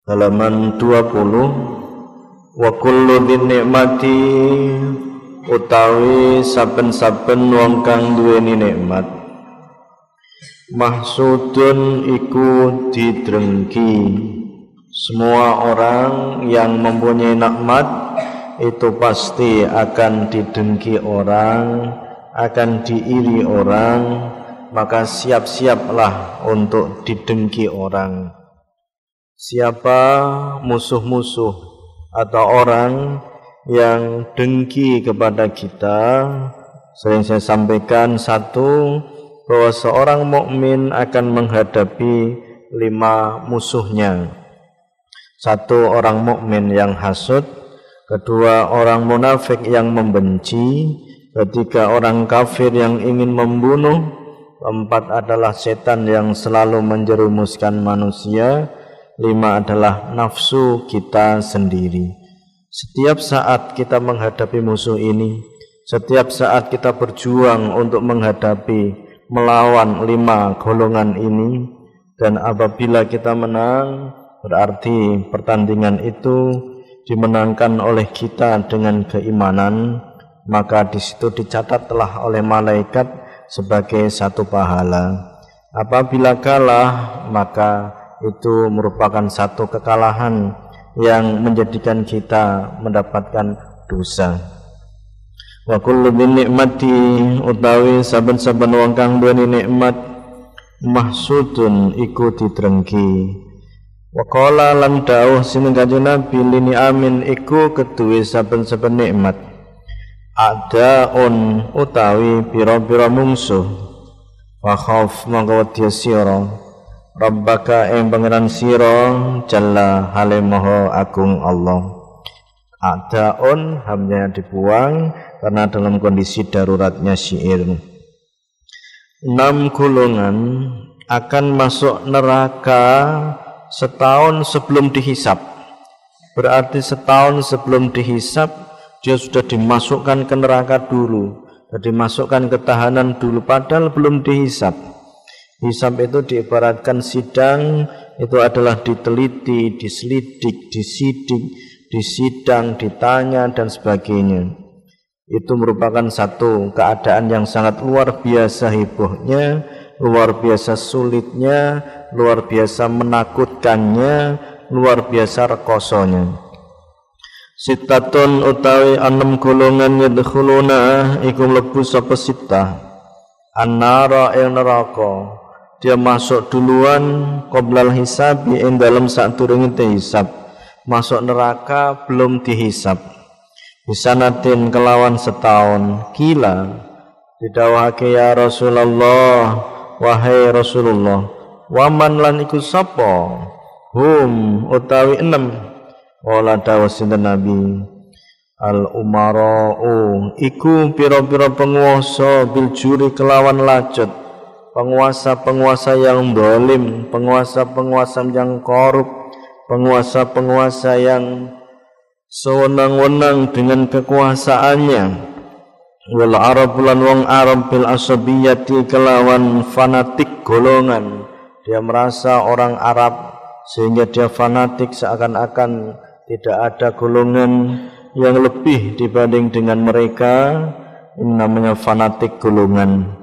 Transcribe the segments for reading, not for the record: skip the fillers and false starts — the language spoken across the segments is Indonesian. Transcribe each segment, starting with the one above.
halaman 20. Wa kullu dzin nikmati utawi saben-saben wong kang duweni nikmat mahsudun iku didrengki. Semua orang yang mempunyai nikmat itu pasti akan didengki orang, akan diiri orang, maka siap-siaplah untuk didengki orang. Siapa musuh-musuh atau orang yang dengki kepada kita? Sering saya sampaikan, satu, bahwa seorang mukmin akan menghadapi 5 musuhnya. Satu, orang mukmin yang hasud. Kedua, orang munafik yang membenci. Ketiga, orang kafir yang ingin membunuh. Keempat adalah setan yang selalu menjerumuskan manusia. 5 adalah nafsu kita sendiri. Setiap saat kita menghadapi musuh ini, setiap saat kita berjuang untuk menghadapi, melawan 5 golongan ini, dan apabila kita menang, berarti pertandingan itu dimenangkan oleh kita dengan keimanan, maka di situ dicatatlah oleh malaikat sebagai satu pahala. Apabila kalah, maka itu merupakan satu kekalahan yang menjadikan kita mendapatkan dosa. Wa kullu bin nikmati utawi saben-saben wong kang duweni nikmat mahsudun iku didrengki. Wa qala lan dawuh sineng Kanjeng Nabi lini amin iku keduwe saben-saben nikmat adaun utawi pira-pira mungsuh. Wa khauf mongko wedya sira rabbaka ing pangeran sira jalla hale maha agung Allah. Adaun hamnya dibuang karena dalam kondisi daruratnya syair. 6 golongan akan masuk neraka setahun sebelum dihisab. Berarti setahun sebelum dihisab dia sudah dimasukkan ke neraka dulu, dimasukkan ke tahanan dulu, padahal belum dihisab. Hisab itu diibaratkan sidang, itu adalah diteliti, diselidik, disidik, disidang, ditanya dan sebagainya. Itu merupakan satu keadaan yang sangat luar biasa hebohnya, luar biasa sulitnya, luar biasa menakutkannya, luar biasa rekosonya. Sitatun utawi 6 golongan yadkhuluna iku mlebu sapa sitah annara ing neraka. Dia masuk duluan qoblal hisabi ing dalem sadurunge hisab. Masuk neraka belum dihisab. Bisanatin kelawan setahun. Kila didawahake ya Rasulullah, wahai Rasulullah, waman lan iku sapa hum utawi 6. Wala dawuh sinten Nabi, al umara'u iku pira-pira penguasa bil juri kelawan lacut, penguasa-penguasa yang zalim, penguasa-penguasa yang korup, penguasa-penguasa yang sewenang-wenang dengan kekuasaannya. Wal arab lan wong Arab bil asabiyati kelawan fanatik golongan. Dia merasa orang Arab sehingga dia fanatik, seakan-akan tidak ada golongan yang lebih dibanding dengan mereka. Ini namanya fanatik golongan.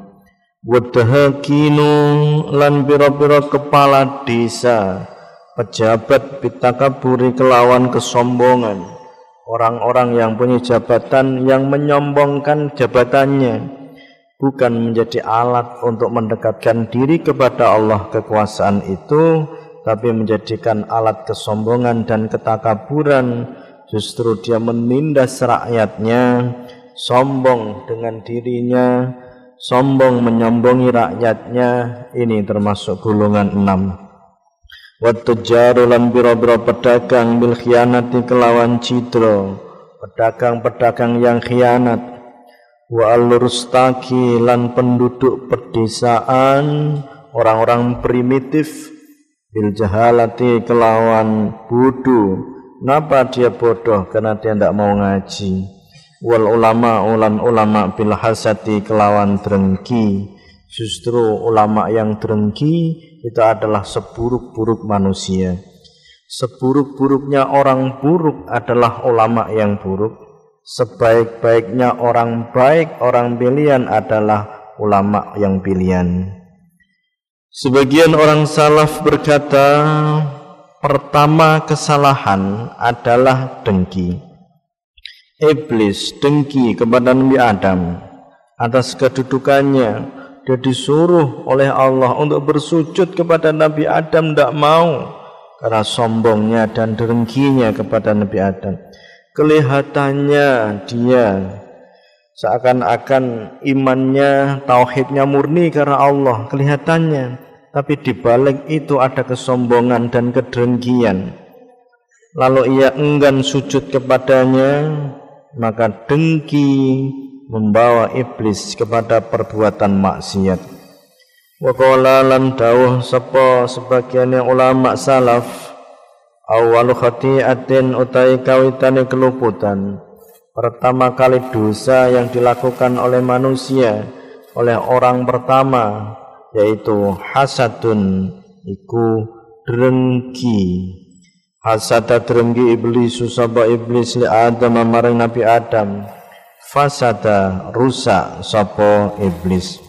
Wadahakinu lan pira-pira kepala desa, pejabat bitakaburi kelawan kesombongan. Orang-orang yang punya jabatan yang menyombongkan jabatannya, bukan menjadi alat untuk mendekatkan diri kepada Allah kekuasaan itu, tapi menjadikan alat kesombongan dan ketakaburan. Justru dia menindas rakyatnya, sombong dengan dirinya, sombong menyombongi rakyatnya. Ini termasuk golongan 6. Wattujaru lan biro-biro pedagang bil khianati kelawan cidro, pedagang-pedagang yang khianat. Wa al-rustaki lan penduduk pedesaan, orang-orang primitif bil jahalati kelawan bodoh. Kenapa dia bodoh? Karena dia tidak mau ngaji. Wal ulama ulan ulama bil hasati kelawan drengki. Justru ulama yang drengki itu adalah seburuk-buruk manusia. Seburuk-buruknya orang buruk adalah ulama yang buruk. Sebaik-baiknya orang baik, orang pilihan adalah ulama yang pilihan. Sebagian orang salaf berkata, pertama kesalahan adalah dengki. Iblis dengki kepada Nabi Adam atas kedudukannya. Dia disuruh oleh Allah untuk bersujud kepada Nabi Adam, tidak mau karena sombongnya dan dengkinya kepada Nabi Adam. Kelihatannya dia seakan-akan imannya, tauhidnya murni karena Allah, kelihatannya. Tapi di balik itu ada kesombongan dan kedengkian. Lalu ia enggan sujud kepadanya, maka dengki membawa iblis kepada perbuatan maksiat. Wa qala lan dawuh sapa sebagian ulama salaf, awwalu khati'atin utai kawitane keluputan, pertama kali dosa yang dilakukan oleh manusia, oleh orang pertama, yaitu hasadun, iku drengki. Hasada drengki iblis, sapa iblis li Adam marang Nabi Adam, fasada rusak sapa iblis.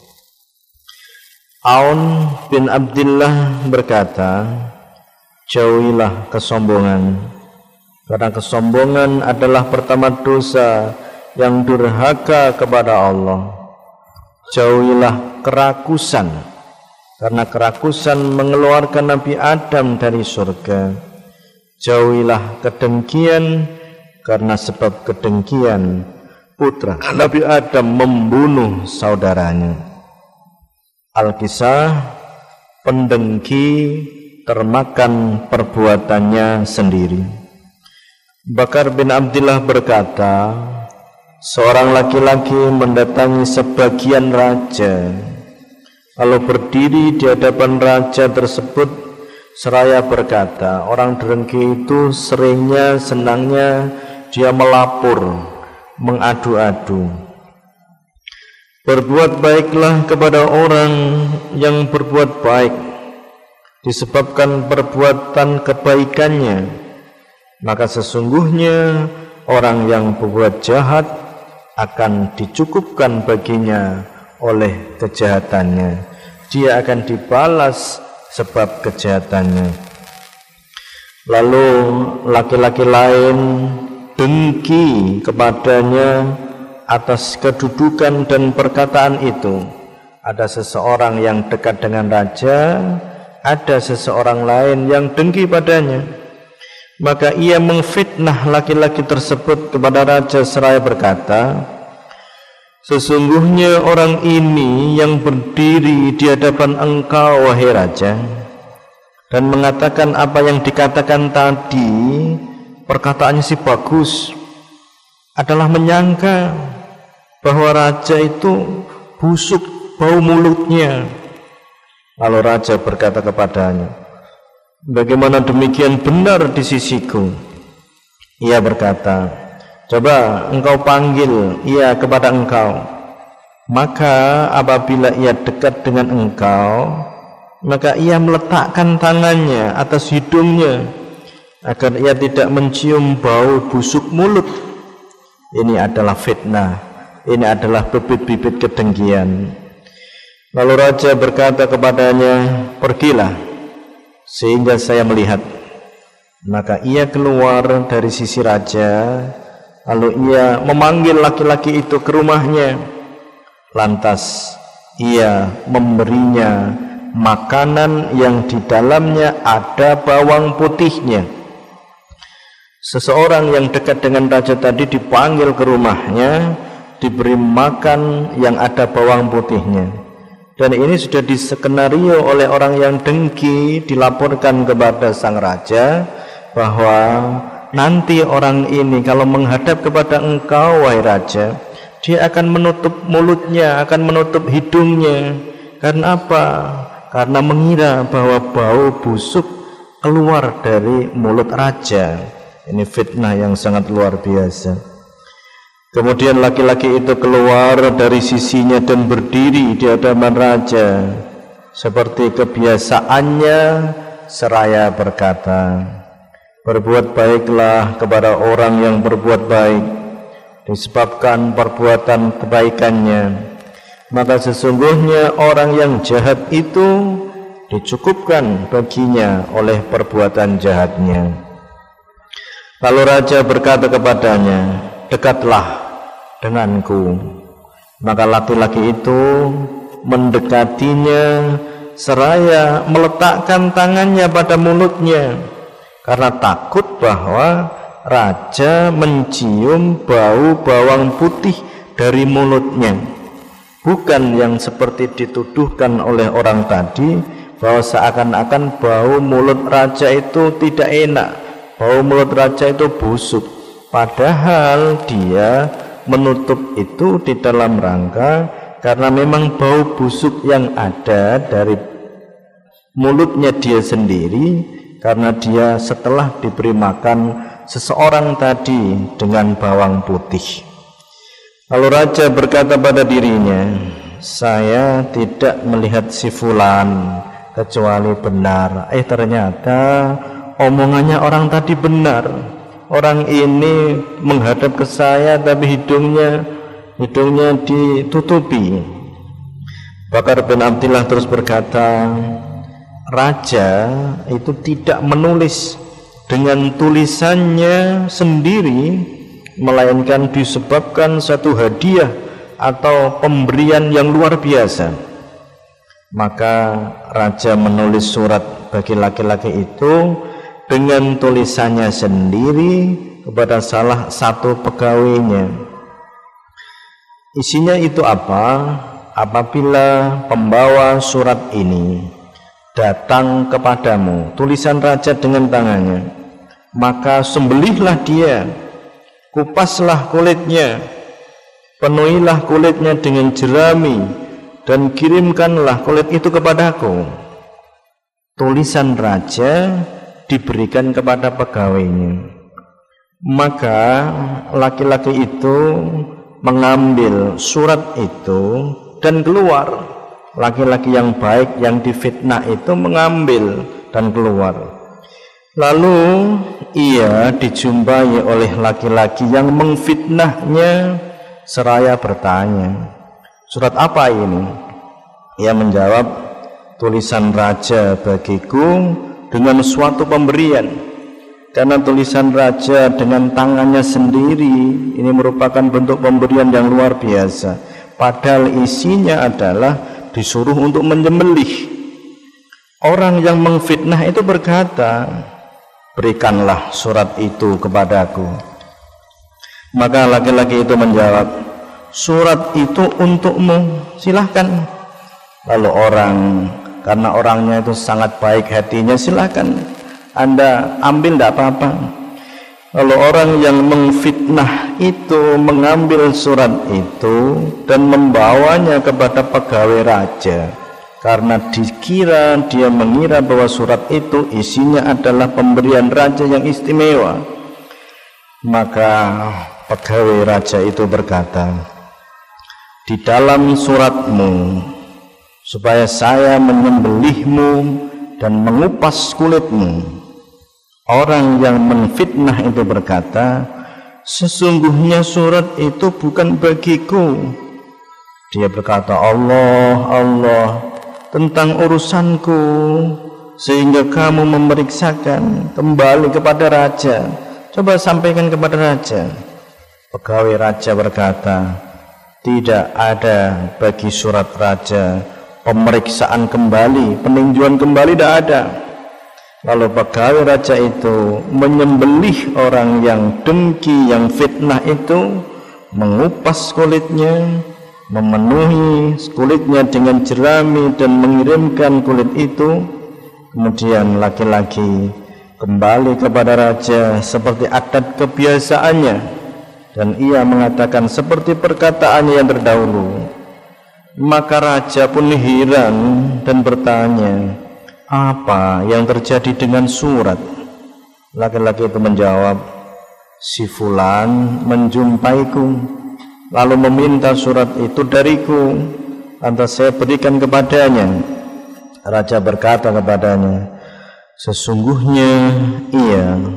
Aun bin Abdillah berkata, jauhilah kesombongan, karena kesombongan adalah pertama dosa yang durhaka kepada Allah. Jauhilah kerakusan, karena kerakusan mengeluarkan Nabi Adam dari surga. Jauhilah kedengkian, karena sebab kedengkian putra Nabi Adam membunuh saudaranya. Al-Kisah, pendengki termakan perbuatannya sendiri. Bakar bin Abdillah berkata, seorang laki-laki mendatangi sebagian raja, lalu berdiri di hadapan raja tersebut seraya berkata, orang dengki itu seringnya, senangnya dia melapor, mengadu-adu. Berbuat baiklah kepada orang yang berbuat baik disebabkan perbuatan kebaikannya, maka sesungguhnya orang yang berbuat jahat akan dicukupkan baginya oleh kejahatannya. Dia akan dibalas sebab kejahatannya. Lalu laki-laki lain dengki kepadanya atas kedudukan dan perkataan itu. Ada seseorang yang dekat dengan raja, ada seseorang lain yang dengki padanya. Maka ia memfitnah laki-laki tersebut kepada raja seraya berkata, sesungguhnya orang ini yang berdiri di hadapan engkau wahai raja, dan mengatakan apa yang dikatakan tadi, perkataannya si bagus, adalah menyangka bahwa raja itu busuk bau mulutnya. Lalu raja berkata kepadanya, bagaimana demikian benar di sisiku? Ia berkata, coba engkau panggil ia kepada engkau. Maka apabila ia dekat dengan engkau, maka ia meletakkan tangannya atas hidungnya agar ia tidak mencium bau busuk mulut. Ini adalah fitnah, ini adalah bibit-bibit kedengkian. Lalu raja berkata kepadanya, pergilah sehingga saya melihat. Maka ia keluar dari sisi raja, lalu ia memanggil laki-laki itu ke rumahnya. Lantas ia memberinya makanan yang di dalamnya ada bawang putihnya. Seseorang yang dekat dengan raja tadi dipanggil ke rumahnya, diberi makan yang ada bawang putihnya. Dan ini sudah diskenario oleh orang yang dengki, dilaporkan kepada sang raja bahwa nanti orang ini kalau menghadap kepada engkau wahai raja, dia akan menutup mulutnya, akan menutup hidungnya. Karena apa? Karena mengira bahwa bau busuk keluar dari mulut raja. Ini fitnah yang sangat luar biasa. Kemudian laki-laki itu keluar dari sisinya dan berdiri di hadapan raja. Seperti kebiasaannya seraya berkata, Berbuat baiklah kepada orang yang berbuat baik disebabkan perbuatan kebaikannya, maka sesungguhnya orang yang jahat itu dicukupkan baginya oleh perbuatan jahatnya. Lalu raja berkata kepadanya, dekatlah denganku. Maka laki-laki itu mendekatinya seraya meletakkan tangannya pada mulutnya, karena takut bahwa raja mencium bau bawang putih dari mulutnya. Bukan yang seperti dituduhkan oleh orang tadi, bahwa seakan-akan bau mulut raja itu tidak enak, bau mulut raja itu busuk. Padahal dia menutup itu di dalam rangka karena memang bau busuk yang ada dari mulutnya dia sendiri, karena dia setelah diberi makan seseorang tadi dengan bawang putih. Lalu raja berkata pada dirinya, saya tidak melihat si fulan kecuali benar. Ternyata omongannya orang tadi benar. Orang ini menghadap ke saya tapi hidungnya ditutupi. Bakar bin Abdillah terus berkata, raja itu tidak menulis dengan tulisannya sendiri, melainkan disebabkan satu hadiah atau pemberian yang luar biasa. Maka raja menulis surat bagi laki-laki itu dengan tulisannya sendiri kepada salah satu pegawainya. Isinya itu apa? Apabila pembawa surat ini datang kepadamu, tulisan raja dengan tangannya, maka sembelihlah dia, kupaslah kulitnya, penuhilah kulitnya dengan jerami, dan kirimkanlah kulit itu kepadaku. Tulisan raja diberikan kepada pegawainya. Maka laki-laki itu mengambil surat itu dan keluar. Laki-laki yang baik yang difitnah itu mengambil dan keluar. Lalu ia dijumpai oleh laki-laki yang mengfitnahnya seraya bertanya, surat apa ini? Ia menjawab, tulisan raja bagiku dengan suatu pemberian. Karena tulisan raja dengan tangannya sendiri ini merupakan bentuk pemberian yang luar biasa. Padahal isinya adalah disuruh untuk menyembelih. Orang yang mengfitnah itu berkata, berikanlah surat itu kepadaku. Maka laki-laki itu menjawab, surat itu untukmu, silahkan. Lalu karena orangnya itu sangat baik hatinya, silahkan Anda ambil, tidak apa-apa. Lalu orang yang mengfitnah itu mengambil surat itu dan membawanya kepada pegawai raja, karena dia mengira bahwa surat itu isinya adalah pemberian raja yang istimewa. Maka pegawai raja itu berkata, di dalam suratmu supaya saya menyembelihmu dan mengupas kulitmu. Orang yang menfitnah itu berkata, sesungguhnya surat itu bukan bagiku. Dia berkata, Allah tentang urusanku, sehingga kamu memeriksakan kembali kepada raja. Coba sampaikan kepada raja. Pegawai raja berkata, tidak ada bagi surat raja pemeriksaan kembali, peninjauan kembali, tidak ada. Lalu pegawai raja itu menyembelih orang yang dengki, yang fitnah itu, mengupas kulitnya, memenuhi kulitnya dengan jerami dan mengirimkan kulit itu. Kemudian laki-laki kembali kepada raja seperti adat kebiasaannya, dan ia mengatakan seperti perkataannya yang terdahulu. Maka raja pun heran dan bertanya, apa yang terjadi dengan surat? Laki-laki itu menjawab, si fulan menjumpaiku lalu meminta surat itu dariku, lantas saya berikan kepadanya. Raja berkata kepadanya, sesungguhnya ia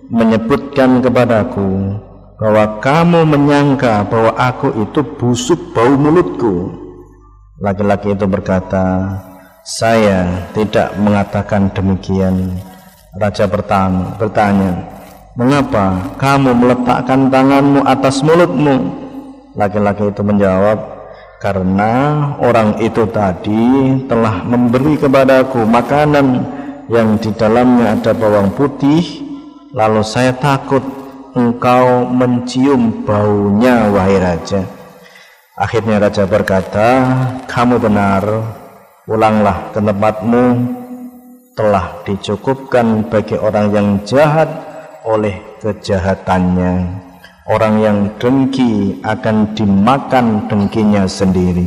menyebutkan kepadaku bahwa kamu menyangka bahwa aku itu busuk bau mulutku. Laki-laki itu berkata, saya tidak mengatakan demikian. Raja bertanya, mengapa kamu meletakkan tanganmu atas mulutmu? Laki-laki itu menjawab, karena orang itu tadi telah memberi kepadaku makanan yang di dalamnya ada bawang putih, lalu saya takut engkau mencium baunya, wahai raja. Akhirnya raja berkata, kamu benar, pulanglah ke tempatmu, telah dicukupkan bagi orang yang jahat oleh kejahatannya. Orang yang dengki akan dimakan dengkinya sendiri.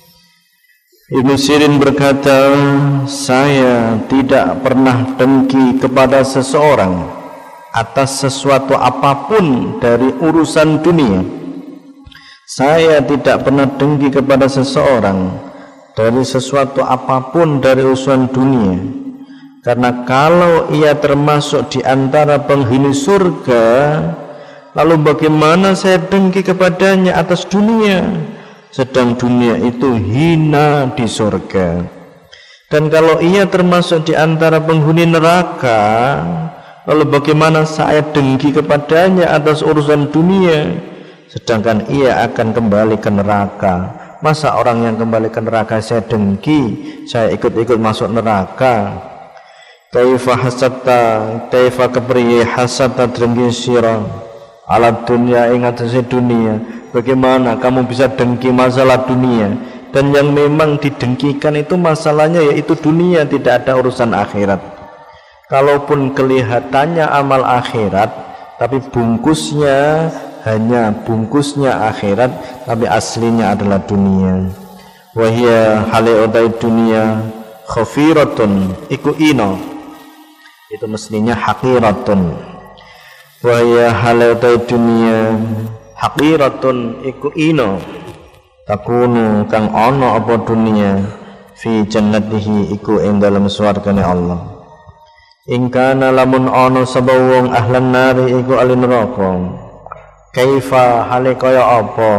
Ibnu Sirin berkata, saya tidak pernah dengki kepada seseorang atas sesuatu apapun dari urusan dunia. Saya tidak pernah dengki kepada seseorang dari sesuatu apapun dari urusan dunia, karena kalau ia termasuk di antara penghuni surga, lalu bagaimana saya dengki kepadanya atas dunia, sedang dunia itu hina di surga. Dan kalau ia termasuk di antara penghuni neraka, lalu bagaimana saya dengki kepadanya atas urusan dunia, sedangkan ia akan kembali ke neraka. Masa orang yang kembali ke neraka saya dengki, saya ikut-ikut masuk neraka? Kaifa hasatta, kaifa kepriye hasatta dengki sira ala dunia, ing atase dunia. Bagaimana kamu bisa dengki masalah dunia? Dan yang memang didengkikan itu masalahnya yaitu dunia, tidak ada urusan akhirat. Kalaupun kelihatannya amal akhirat, tapi bungkusnya hanya bungkusnya akhirat, tapi aslinya adalah dunia. Wahia hale utai dunia khafiratun iku ino, itu mestinya haqiratun. Wahia hale utai dunia haqiratun iku ino, takunu kang ono apa dunia fi jannatihi iku ing dalam swargane Allah. Ingkana lamun ono sabawong ahlan nari iku alin neraka, kaifa hale kaya apa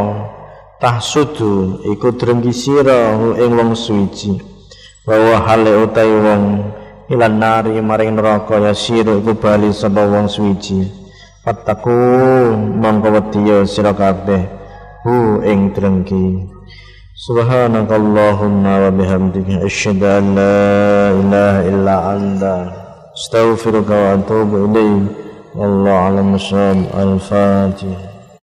tahsudu iku drengki sira ing wong suci, bahwa hale utai wong ilan nari maring neraka ya sira iku bali sapa wong suci. Fattaku mongko wedi sira kabeh hu ing drengki. Subhanakallahumma wa bihamdika asyhadu an la ilaha illa anta astaghfiruka wa atubu ilaik. Wallahu a'lam. Al-Fatihah.